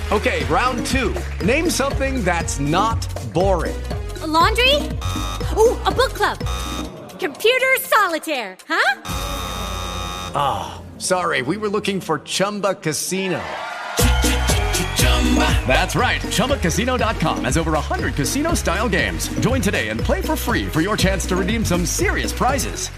Okay, round 2. Name something that's not boring. A laundry? Ooh, a book club. Computer solitaire, huh? Ah, sorry, we were looking for Chumba Casino. That's right, ChumbaCasino.com has over 100 casino-style games. Join today and play for free for your chance to redeem some serious prizes.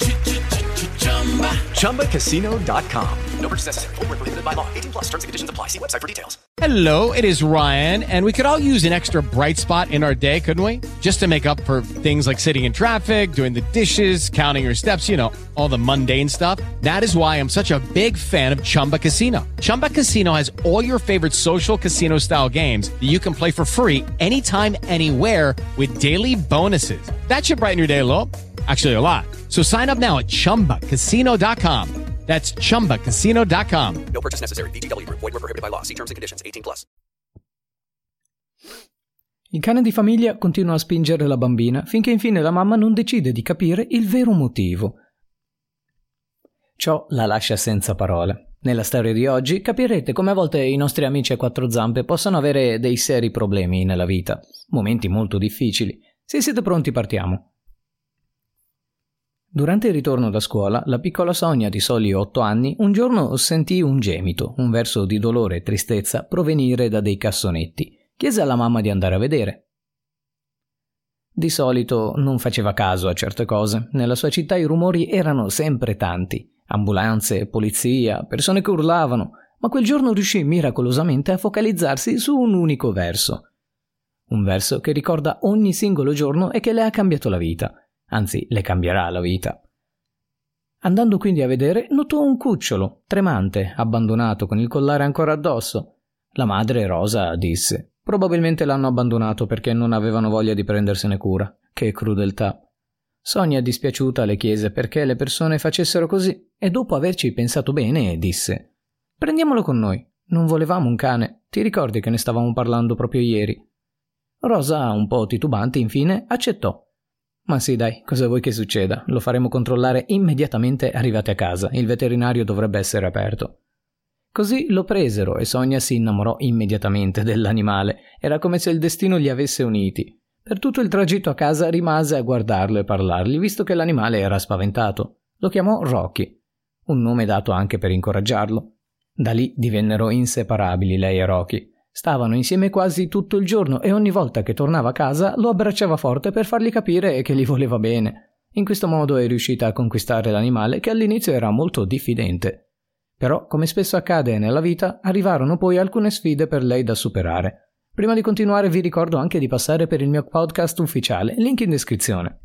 ChumbaCasino.com. No purchase necessary. Void where prohibited by law. 18 plus. Terms and conditions apply. See website for details. Hello, it is Ryan, and we could all use an extra bright spot in our day, couldn't we? Just to make up for things like sitting in traffic, doing the dishes, counting your steps, you know, all the mundane stuff. That is why I'm such a big fan of Chumba Casino. Chumba Casino has all your favorite social casino-style games that you can play for free anytime, anywhere with daily bonuses. That should brighten your day a little. Actually, a lot. So sign up now at ChumbaCasino.com. That's ChumbaCasino.com. No purchase necessary. VGW Group. Void where prohibited by law. See terms and conditions. 18 plus. Il cane di famiglia continua a spingere la bambina finché infine la mamma non decide di capire il vero motivo. Ciò la lascia senza parole. Nella storia di oggi capirete come a volte i nostri amici a quattro zampe possano avere dei seri problemi nella vita, momenti molto difficili. Se siete pronti, partiamo. Durante il ritorno da scuola, la piccola Sonia di soli 8 anni un giorno sentì un gemito, un verso di dolore e tristezza provenire da dei cassonetti. Chiese alla mamma di andare a vedere. Di solito non faceva caso a certe cose. Nella sua città i rumori erano sempre tanti. Ambulanze, polizia, persone che urlavano, ma quel giorno riuscì miracolosamente a focalizzarsi su un unico verso. Un verso che ricorda ogni singolo giorno e che le ha cambiato la vita. Anzi, le cambierà la vita. Andando quindi a vedere, notò un cucciolo, tremante, abbandonato, con il collare ancora addosso. La madre, Rosa, disse: «Probabilmente l'hanno abbandonato perché non avevano voglia di prendersene cura. Che crudeltà!» Sonia, dispiaciuta, le chiese perché le persone facessero così e dopo averci pensato bene disse: «Prendiamolo con noi. Non volevamo un cane. Ti ricordi che ne stavamo parlando proprio ieri?» Rosa, un po' titubante, infine accettò. «Ma sì, dai, cosa vuoi che succeda? Lo faremo controllare immediatamente arrivati a casa. Il veterinario dovrebbe essere aperto». Così lo presero e Sonia si innamorò immediatamente dell'animale. Era come se il destino li avesse uniti. Per tutto il tragitto a casa rimase a guardarlo e parlargli, visto che l'animale era spaventato. Lo chiamò Rocky, un nome dato anche per incoraggiarlo. Da lì divennero inseparabili lei e Rocky. Stavano insieme quasi tutto il giorno e ogni volta che tornava a casa lo abbracciava forte per fargli capire che gli voleva bene. In questo modo è riuscita a conquistare l'animale, che all'inizio era molto diffidente. Però, come spesso accade nella vita, arrivarono poi alcune sfide per lei da superare. Prima di continuare vi ricordo anche di passare per il mio podcast ufficiale, link in descrizione.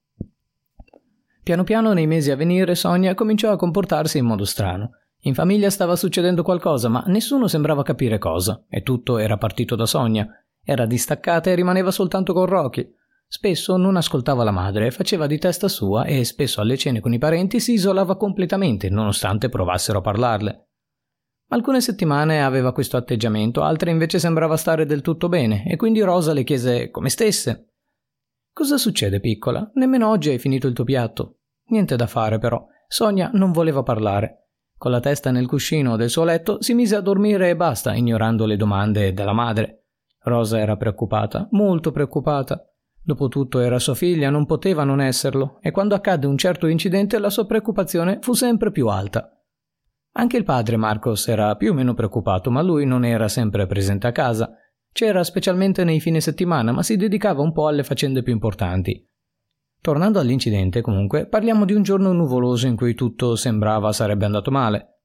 Piano piano nei mesi a venire Sonia cominciò a comportarsi in modo strano. In famiglia stava succedendo qualcosa, ma nessuno sembrava capire cosa, e tutto era partito da Sonia. Era distaccata e rimaneva soltanto con Rocky. Spesso non ascoltava la madre, faceva di testa sua e spesso alle cene con i parenti si isolava completamente, nonostante provassero a parlarle. Alcune settimane aveva questo atteggiamento, altre invece sembrava stare del tutto bene, e quindi Rosa le chiese come stesse. «Cosa succede, piccola? Nemmeno oggi hai finito il tuo piatto». Niente da fare, però. Sonia non voleva parlare. Con la testa nel cuscino del suo letto si mise a dormire e basta, ignorando le domande della madre. Rosa era preoccupata, molto preoccupata. Dopotutto era sua figlia, non poteva non esserlo, e quando accadde un certo incidente la sua preoccupazione fu sempre più alta. Anche il padre Marcos era più o meno preoccupato, ma lui non era sempre presente a casa. C'era specialmente nei fine settimana, ma si dedicava un po' alle faccende più importanti. Tornando all'incidente, comunque, parliamo di un giorno nuvoloso in cui tutto sembrava sarebbe andato male.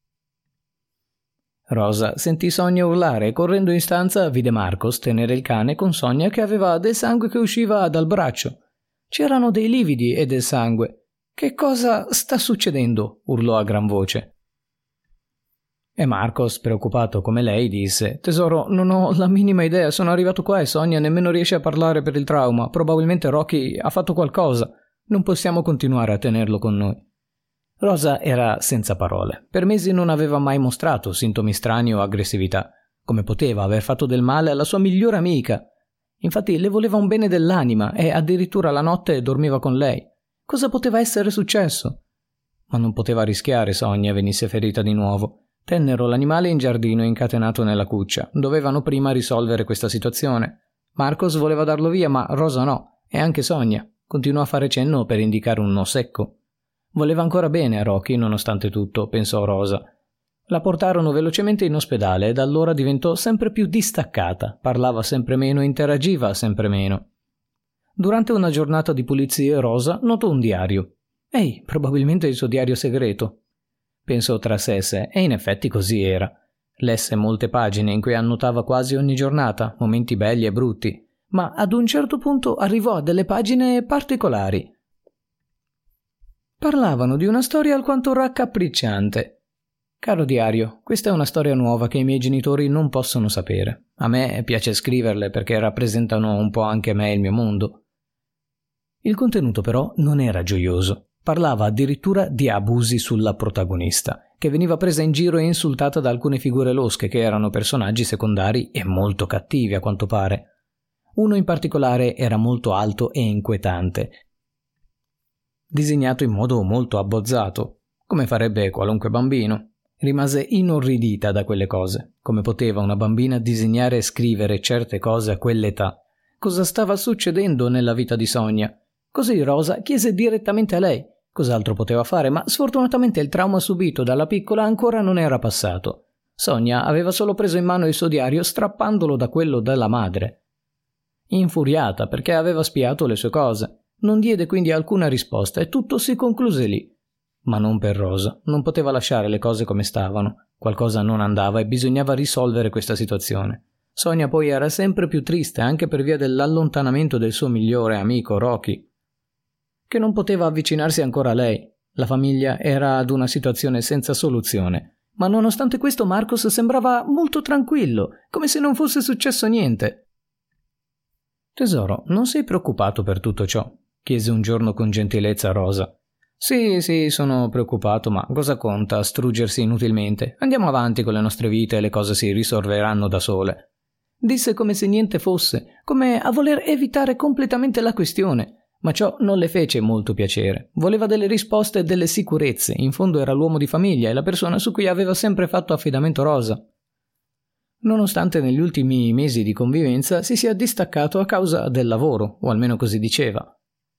Rosa sentì Sonia urlare e correndo in stanza vide Marcos tenere il cane con Sonia che aveva del sangue che usciva dal braccio. C'erano dei lividi e del sangue. «Che cosa sta succedendo?» urlò a gran voce. E Marcos, preoccupato come lei, disse: «Tesoro, non ho la minima idea, sono arrivato qua e Sonia nemmeno riesce a parlare per il trauma. Probabilmente Rocky ha fatto qualcosa. Non possiamo continuare a tenerlo con noi». Rosa era senza parole. Per mesi non aveva mai mostrato sintomi strani o aggressività. Come poteva aver fatto del male alla sua migliore amica? Infatti le voleva un bene dell'anima e addirittura la notte dormiva con lei. Cosa poteva essere successo? Ma non poteva rischiare Sonia venisse ferita di nuovo. Tennero l'animale in giardino incatenato nella cuccia. Dovevano prima risolvere questa situazione. Marcos voleva darlo via, ma Rosa no, e anche Sonia. Continuò a fare cenno per indicare un no secco. Voleva ancora bene a Rocky, nonostante tutto, pensò Rosa. La portarono velocemente in ospedale e da allora diventò sempre più distaccata, parlava sempre meno, interagiva sempre meno. Durante una giornata di pulizie, Rosa notò un diario. Ehi, probabilmente il suo diario segreto. Pensò tra sé e sé, e in effetti così era. Lesse molte pagine in cui annotava quasi ogni giornata, momenti belli e brutti, ma ad un certo punto arrivò a delle pagine particolari. Parlavano di una storia alquanto raccapricciante. Caro diario, questa è una storia nuova che i miei genitori non possono sapere. A me piace scriverle perché rappresentano un po' anche me e il mio mondo. Il contenuto però non era gioioso. Parlava addirittura di abusi sulla protagonista, che veniva presa in giro e insultata da alcune figure losche che erano personaggi secondari e molto cattivi a quanto pare. Uno in particolare era molto alto e inquietante, disegnato in modo molto abbozzato, come farebbe qualunque bambino. Rimase inorridita da quelle cose. Come poteva una bambina disegnare e scrivere certe cose a quell'età? Cosa stava succedendo nella vita di Sonia? Così Rosa chiese direttamente a lei. Cos'altro poteva fare, ma sfortunatamente il trauma subito dalla piccola ancora non era passato. Sonia aveva solo preso in mano il suo diario strappandolo da quello della madre. Infuriata perché aveva spiato le sue cose, non diede quindi alcuna risposta e tutto si concluse lì. Ma non per Rosa, non poteva lasciare le cose come stavano. Qualcosa non andava e bisognava risolvere questa situazione. Sonia poi era sempre più triste anche per via dell'allontanamento del suo migliore amico Rocky, che non poteva avvicinarsi ancora a lei. La famiglia era ad una situazione senza soluzione, ma nonostante questo Marcos sembrava molto tranquillo, come se non fosse successo niente. «Tesoro, non sei preoccupato per tutto ciò?» chiese un giorno con gentilezza Rosa. Sì, sono preoccupato, ma cosa conta struggersi inutilmente? Andiamo avanti con le nostre vite e le cose si risolveranno da sole», disse come se niente fosse, come a voler evitare completamente la questione. Ma ciò non le fece molto piacere. Voleva delle risposte e delle sicurezze. In fondo era l'uomo di famiglia e la persona su cui aveva sempre fatto affidamento Rosa. Nonostante negli ultimi mesi di convivenza si sia distaccato a causa del lavoro, o almeno così diceva.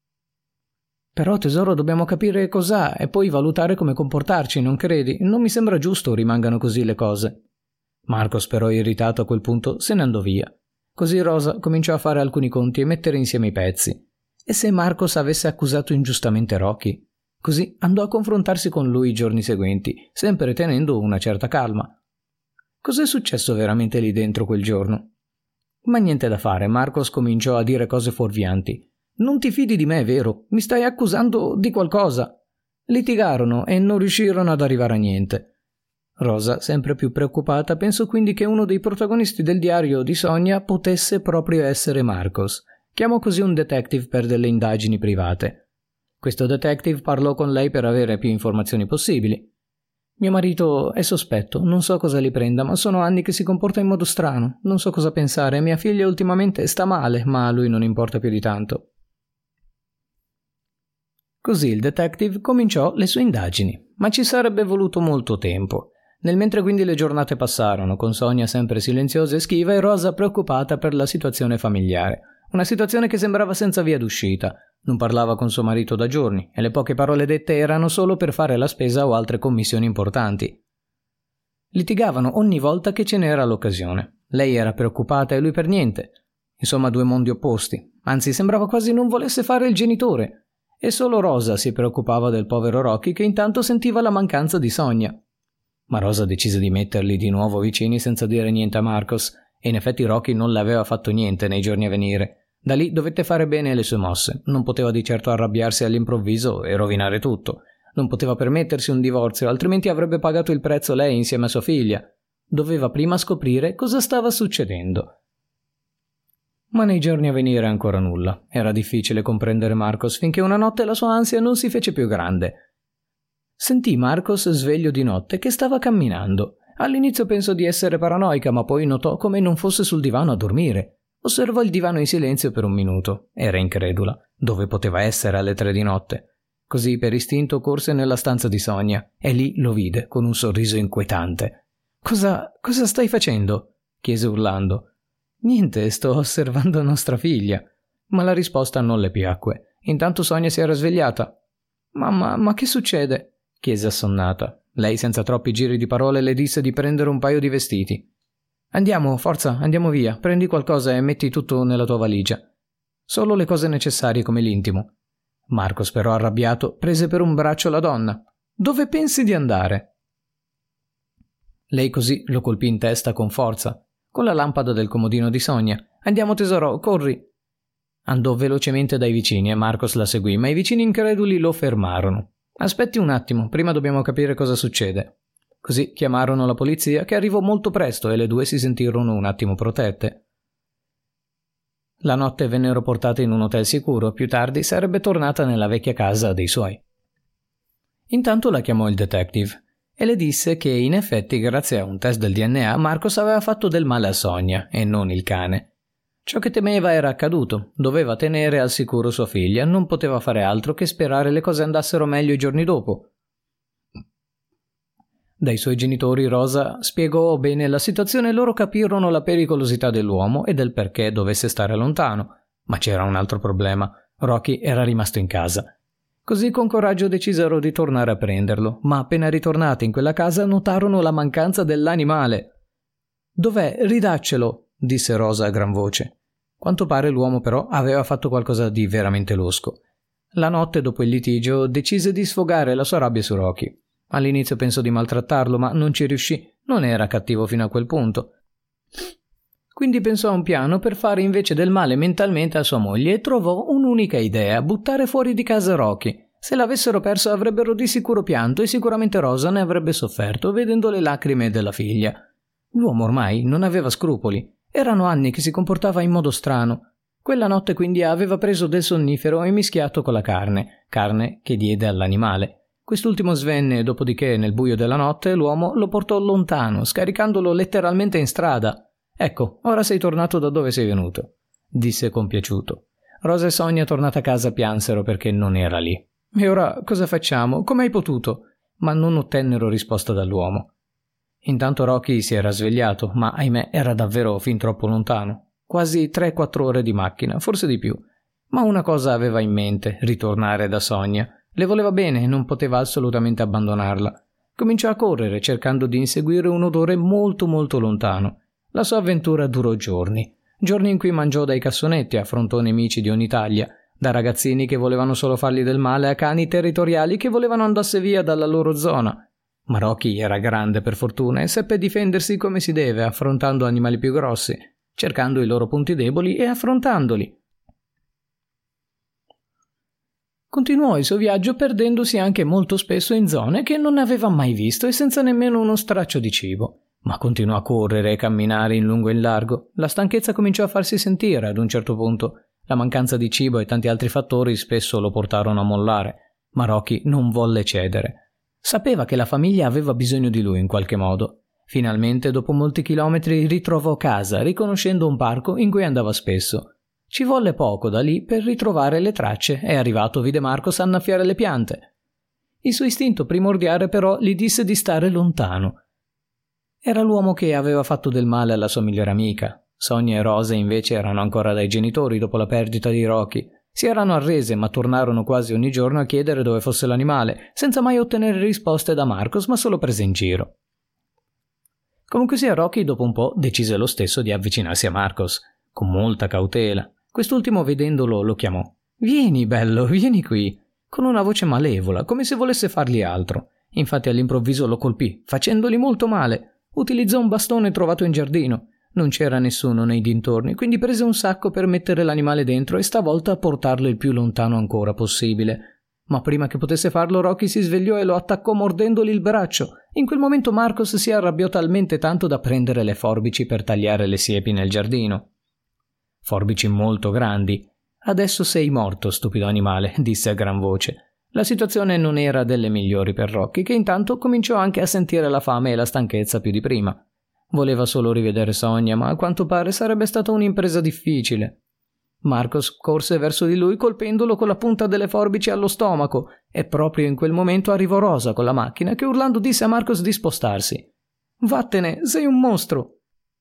«Però tesoro, dobbiamo capire cos'ha e poi valutare come comportarci, non credi? Non mi sembra giusto rimangano così le cose». Marcos però, irritato a quel punto, se ne andò via. Così Rosa cominciò a fare alcuni conti e mettere insieme i pezzi. E se Marcos avesse accusato ingiustamente Rocky? Così andò a confrontarsi con lui i giorni seguenti, sempre tenendo una certa calma. Cos'è successo veramente lì dentro quel giorno? Ma niente da fare, Marcos cominciò a dire cose fuorvianti. «Non ti fidi di me, vero? Mi stai accusando di qualcosa?» Litigarono e non riuscirono ad arrivare a niente. Rosa, sempre più preoccupata, pensò quindi che uno dei protagonisti del diario di Sonia potesse proprio essere Marcos. Chiamò così un detective per delle indagini private. Questo detective parlò con lei per avere più informazioni possibili. «Mio marito è sospetto, non so cosa li prenda, ma sono anni che si comporta in modo strano. Non so cosa pensare. Mia figlia ultimamente sta male, ma a lui non importa più di tanto». Così il detective cominciò le sue indagini, ma ci sarebbe voluto molto tempo. Nel mentre quindi le giornate passarono, con Sonia sempre silenziosa e schiva e Rosa preoccupata per la situazione familiare. Una situazione che sembrava senza via d'uscita. Non parlava con suo marito da giorni e le poche parole dette erano solo per fare la spesa o altre commissioni importanti. Litigavano ogni volta che ce n'era l'occasione. Lei era preoccupata e lui per niente. Insomma, due mondi opposti. Anzi, sembrava quasi non volesse fare il genitore. E solo Rosa si preoccupava del povero Rocky, che intanto sentiva la mancanza di Sonia. Ma Rosa decise di metterli di nuovo vicini senza dire niente a Marcos, e in effetti Rocky non le aveva fatto niente nei giorni a venire. Da lì dovette fare bene le sue mosse. Non poteva di certo arrabbiarsi all'improvviso e rovinare tutto. Non poteva permettersi un divorzio, altrimenti avrebbe pagato il prezzo lei insieme a sua figlia. Doveva prima scoprire cosa stava succedendo. Ma nei giorni a venire ancora nulla. Era difficile comprendere Marcos finché una notte la sua ansia non si fece più grande. Sentì Marcos sveglio di notte che stava camminando. All'inizio pensò di essere paranoica, ma poi notò come non fosse sul divano a dormire. Osservò il divano in silenzio per un minuto. Era incredula. Dove poteva essere alle 3 di notte? Così per istinto corse nella stanza di Sonia e lì lo vide con un sorriso inquietante. Cosa stai facendo? Chiese urlando. Niente, sto osservando nostra figlia. Ma la risposta non le piacque. Intanto Sonia si era svegliata. Mamma, ma che succede? Chiese assonnata. Lei, senza troppi giri di parole, le disse di prendere un paio di vestiti. Andiamo, forza, andiamo via. Prendi qualcosa e metti tutto nella tua valigia. Solo le cose necessarie come l'intimo. Marcos, però arrabbiato, prese per un braccio la donna. Dove pensi di andare? Lei così lo colpì in testa con forza, con la lampada del comodino di Sonia. Andiamo tesoro, corri! Andò velocemente dai vicini e Marcos la seguì, ma i vicini increduli lo fermarono. Aspetti un attimo, prima dobbiamo capire cosa succede. Così chiamarono la polizia, che arrivò molto presto e le due si sentirono un attimo protette. La notte vennero portate in un hotel sicuro, più tardi sarebbe tornata nella vecchia casa dei suoi. Intanto la chiamò il detective e le disse che in effetti grazie a un test del DNA Marcos aveva fatto del male a Sonia e non il cane. Ciò che temeva era accaduto, doveva tenere al sicuro sua figlia, non poteva fare altro che sperare le cose andassero meglio i giorni dopo. Dai suoi genitori Rosa spiegò bene la situazione e loro capirono la pericolosità dell'uomo e del perché dovesse stare lontano. Ma c'era un altro problema. Rocky era rimasto in casa. Così con coraggio decisero di tornare a prenderlo, ma appena ritornati in quella casa notarono la mancanza dell'animale. «Dov'è? Ridaccelo!» disse Rosa a gran voce. Quanto pare l'uomo però aveva fatto qualcosa di veramente losco. La notte dopo il litigio decise di sfogare la sua rabbia su Rocky. All'inizio pensò di maltrattarlo, ma non ci riuscì, non era cattivo fino a quel punto. Quindi pensò a un piano per fare invece del male mentalmente a sua moglie e trovò un'unica idea: buttare fuori di casa Rocky. Se l'avessero perso avrebbero di sicuro pianto e sicuramente Rosa ne avrebbe sofferto vedendo le lacrime della figlia. L'uomo ormai non aveva scrupoli. Erano anni che si comportava in modo strano. Quella notte quindi aveva preso del sonnifero e mischiato con la carne che diede all'animale. Quest'ultimo svenne, dopodiché nel buio della notte l'uomo lo portò lontano, scaricandolo letteralmente in strada. «Ecco, ora sei tornato da dove sei venuto», disse compiaciuto. Rosa e Sonia, tornata a casa, piansero perché non era lì. «E ora cosa facciamo? Come hai potuto?» Ma non ottennero risposta dall'uomo. Intanto Rocky si era svegliato, ma ahimè era davvero fin troppo lontano. Quasi 3-4 ore di macchina, forse di più. Ma una cosa aveva in mente: ritornare da Sonia. Le voleva bene e non poteva assolutamente abbandonarla. Cominciò a correre cercando di inseguire un odore molto molto lontano. La sua avventura durò giorni in cui mangiò dai cassonetti, affrontò nemici di ogni taglia, da ragazzini che volevano solo fargli del male a cani territoriali che volevano andasse via dalla loro zona. Ma Rocky era grande per fortuna e seppe difendersi come si deve, affrontando animali più grossi, cercando i loro punti deboli e affrontandoli. Continuò il suo viaggio perdendosi anche molto spesso in zone che non aveva mai visto e senza nemmeno uno straccio di cibo. Ma continuò a correre e camminare in lungo e in largo. La stanchezza cominciò a farsi sentire ad un certo punto. La mancanza di cibo e tanti altri fattori spesso lo portarono a mollare. Ma Rocky non volle cedere. Sapeva che la famiglia aveva bisogno di lui in qualche modo. Finalmente, dopo molti chilometri, ritrovò casa, riconoscendo un parco in cui andava spesso. Ci volle poco da lì per ritrovare le tracce e arrivato vide Marcos annaffiare le piante. Il suo istinto primordiale però gli disse di stare lontano. Era l'uomo che aveva fatto del male alla sua migliore amica. Sonia e Rosa invece erano ancora dai genitori dopo la perdita di Rocky. Si erano arrese ma tornarono quasi ogni giorno a chiedere dove fosse l'animale, senza mai ottenere risposte da Marcos, ma solo prese in giro. Comunque sia, Rocky dopo un po' decise lo stesso di avvicinarsi a Marcos, con molta cautela. Quest'ultimo, vedendolo, lo chiamò. «Vieni, bello, vieni qui», con una voce malevola, come se volesse fargli altro. Infatti all'improvviso lo colpì, facendogli molto male. Utilizzò un bastone trovato in giardino. Non c'era nessuno nei dintorni, quindi prese un sacco per mettere l'animale dentro e stavolta portarlo il più lontano ancora possibile. Ma prima che potesse farlo, Rocky si svegliò e lo attaccò mordendogli il braccio. In quel momento Marcos si arrabbiò talmente tanto da prendere le forbici per tagliare le siepi nel giardino. Forbici molto grandi. «Adesso sei morto, stupido animale», disse a gran voce. La situazione non era delle migliori per Rocky, che intanto cominciò anche a sentire la fame e la stanchezza più di prima. Voleva solo rivedere Sonia, ma a quanto pare sarebbe stata un'impresa difficile. Marcos corse verso di lui colpendolo con la punta delle forbici allo stomaco E proprio in quel momento arrivò Rosa con la macchina che urlando disse a Marcos di spostarsi. «Vattene, sei un mostro!»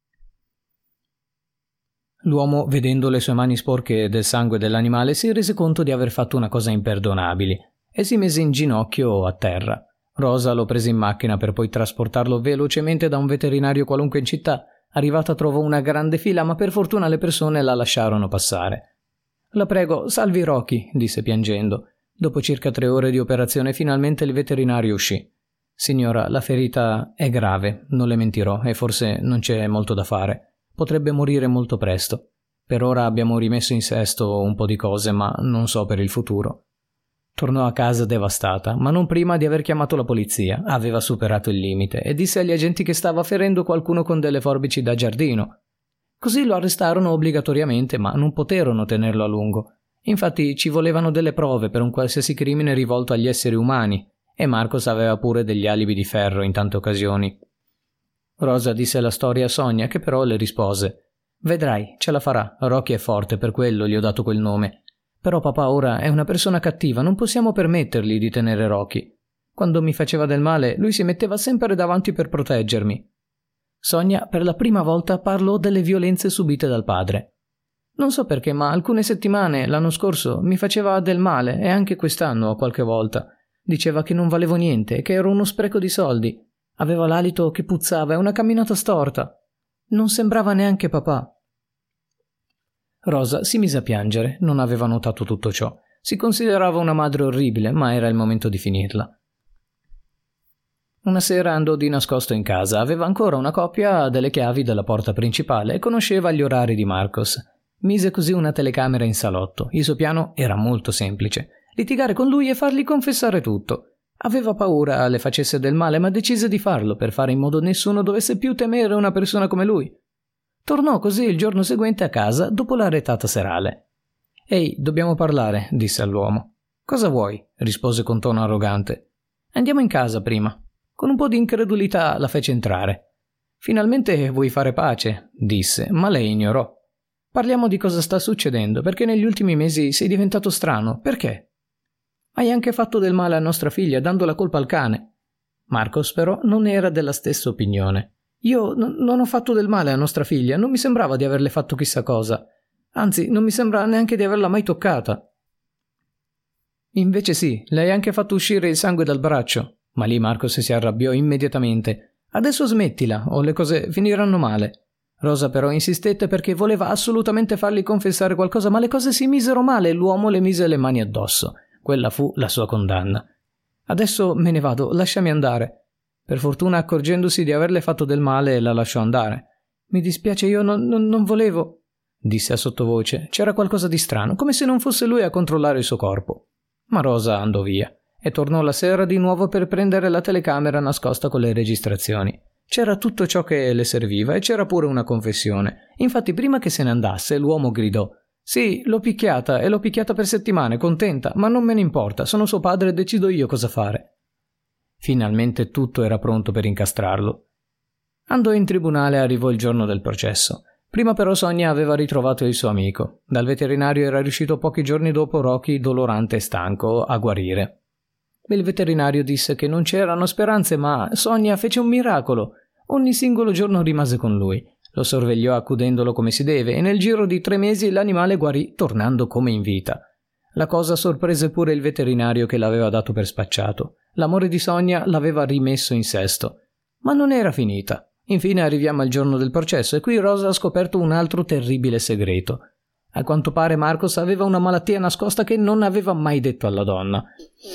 L'uomo, vedendo le sue mani sporche del sangue dell'animale, si rese conto di aver fatto una cosa imperdonabile e si mise in ginocchio a terra. Rosa lo prese in macchina per poi trasportarlo velocemente da un veterinario qualunque in città. Arrivata trovò una grande fila, ma per fortuna le persone la lasciarono passare. «La prego, salvi Rocky», disse piangendo. Dopo circa 3 ore di operazione finalmente il veterinario uscì. «Signora, la ferita è grave, non le mentirò, e forse non c'è molto da fare. Potrebbe morire molto presto. Per ora abbiamo rimesso in sesto un po' di cose, ma non so per il futuro». Tornò a casa devastata, ma non prima di aver chiamato la polizia. Aveva superato il limite e disse agli agenti che stava ferendo qualcuno con delle forbici da giardino. Così lo arrestarono obbligatoriamente, ma non poterono tenerlo a lungo. Infatti ci volevano delle prove per un qualsiasi crimine rivolto agli esseri umani, e Marcos aveva pure degli alibi di ferro in tante occasioni. Rosa disse la storia a Sonia, che però le rispose: «Vedrai, ce la farà. Rocky è forte, per quello gli ho dato quel nome. Però papà ora è una persona cattiva, non possiamo permettergli di tenere Rocky. Quando mi faceva del male, lui si metteva sempre davanti per proteggermi». Sonia per la prima volta parlò delle violenze subite dal padre. «Non so perché, ma alcune settimane, l'anno scorso, mi faceva del male e anche quest'anno qualche volta. Diceva che non valevo niente, che ero uno spreco di soldi. Aveva l'alito che puzzava e una camminata storta. Non sembrava neanche papà». Rosa si mise a piangere, non aveva notato tutto ciò. Si considerava una madre orribile, ma era il momento di finirla. Una sera andò di nascosto in casa, aveva ancora una copia delle chiavi della porta principale e conosceva gli orari di Marcos. Mise così una telecamera in salotto. Il suo piano era molto semplice: litigare con lui e fargli confessare tutto. Aveva paura le facesse del male, ma decise di farlo per fare in modo nessuno dovesse più temere una persona come lui. Tornò così il giorno seguente a casa dopo la retata serale. «Ehi, dobbiamo parlare», disse all'uomo. «Cosa vuoi?» rispose con tono arrogante. «Andiamo in casa prima». Con un po' di incredulità la fece entrare. «Finalmente vuoi fare pace», disse, ma lei ignorò. «Parliamo di cosa sta succedendo, perché negli ultimi mesi sei diventato strano. Perché?» «Hai anche fatto del male a nostra figlia, dando la colpa al cane». Marcos però non era della stessa opinione. «Io non ho fatto del male a nostra figlia, non mi sembrava di averle fatto chissà cosa. Anzi, non mi sembra neanche di averla mai toccata». «Invece sì, le hai anche fatto uscire il sangue dal braccio». Ma lì Marcos si arrabbiò immediatamente. «Adesso smettila, o le cose finiranno male». Rosa però insistette perché voleva assolutamente fargli confessare qualcosa, ma le cose si misero male e l'uomo le mise le mani addosso. Quella fu la sua condanna. «Adesso me ne vado, lasciami andare». Per fortuna, accorgendosi di averle fatto del male, la lasciò andare. «Mi dispiace, io non volevo», disse a sottovoce. C'era qualcosa di strano, come se non fosse lui a controllare il suo corpo. Ma Rosa andò via e tornò la sera di nuovo per prendere la telecamera nascosta con le registrazioni. C'era tutto ciò che le serviva e c'era pure una confessione. Infatti, prima che se ne andasse, l'uomo gridò: «Sì, l'ho picchiata e l'ho picchiata per settimane, contenta, ma non me ne importa, sono suo padre e decido io cosa fare». Finalmente tutto era pronto per incastrarlo. Andò in tribunale e arrivò il giorno del processo. Prima però Sonia aveva ritrovato il suo amico. Dal veterinario era riuscito pochi giorni dopo Rocky, dolorante e stanco, a guarire. Il veterinario disse che non c'erano speranze, ma Sonia fece un miracolo. Ogni singolo giorno rimase con lui. Lo sorvegliò accudendolo come si deve e nel giro di 3 mesi l'animale guarì, tornando come in vita. La cosa sorprese pure il veterinario che l'aveva dato per spacciato. L'amore di Sonia l'aveva rimesso in sesto. Ma non era finita. Infine arriviamo al giorno del processo e qui Rosa ha scoperto un altro terribile segreto. A quanto pare Marcos aveva una malattia nascosta che non aveva mai detto alla donna.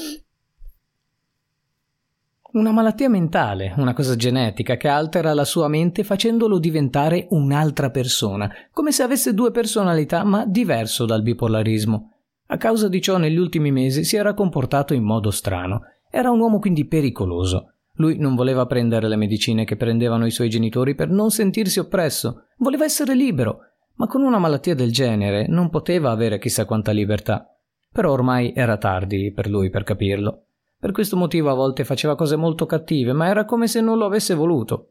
Una malattia mentale, una cosa genetica che altera la sua mente facendolo diventare un'altra persona, come se avesse 2 personalità ma diverso dal bipolarismo. A causa di ciò negli ultimi mesi si era comportato in modo strano. Era un uomo quindi pericoloso. Lui non voleva prendere le medicine che prendevano i suoi genitori per non sentirsi oppresso. Voleva essere libero, ma con una malattia del genere non poteva avere chissà quanta libertà. Però ormai era tardi per lui per capirlo. Per questo motivo a volte faceva cose molto cattive, ma era come se non lo avesse voluto.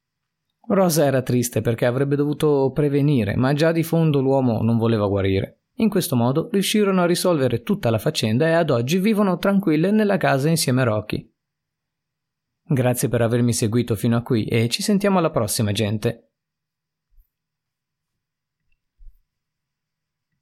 Rosa era triste perché avrebbe dovuto prevenire, ma già di fondo l'uomo non voleva guarire. In questo modo riuscirono a risolvere tutta la faccenda e ad oggi vivono tranquille nella casa insieme a Rocky. Grazie per avermi seguito fino a qui e ci sentiamo alla prossima, gente.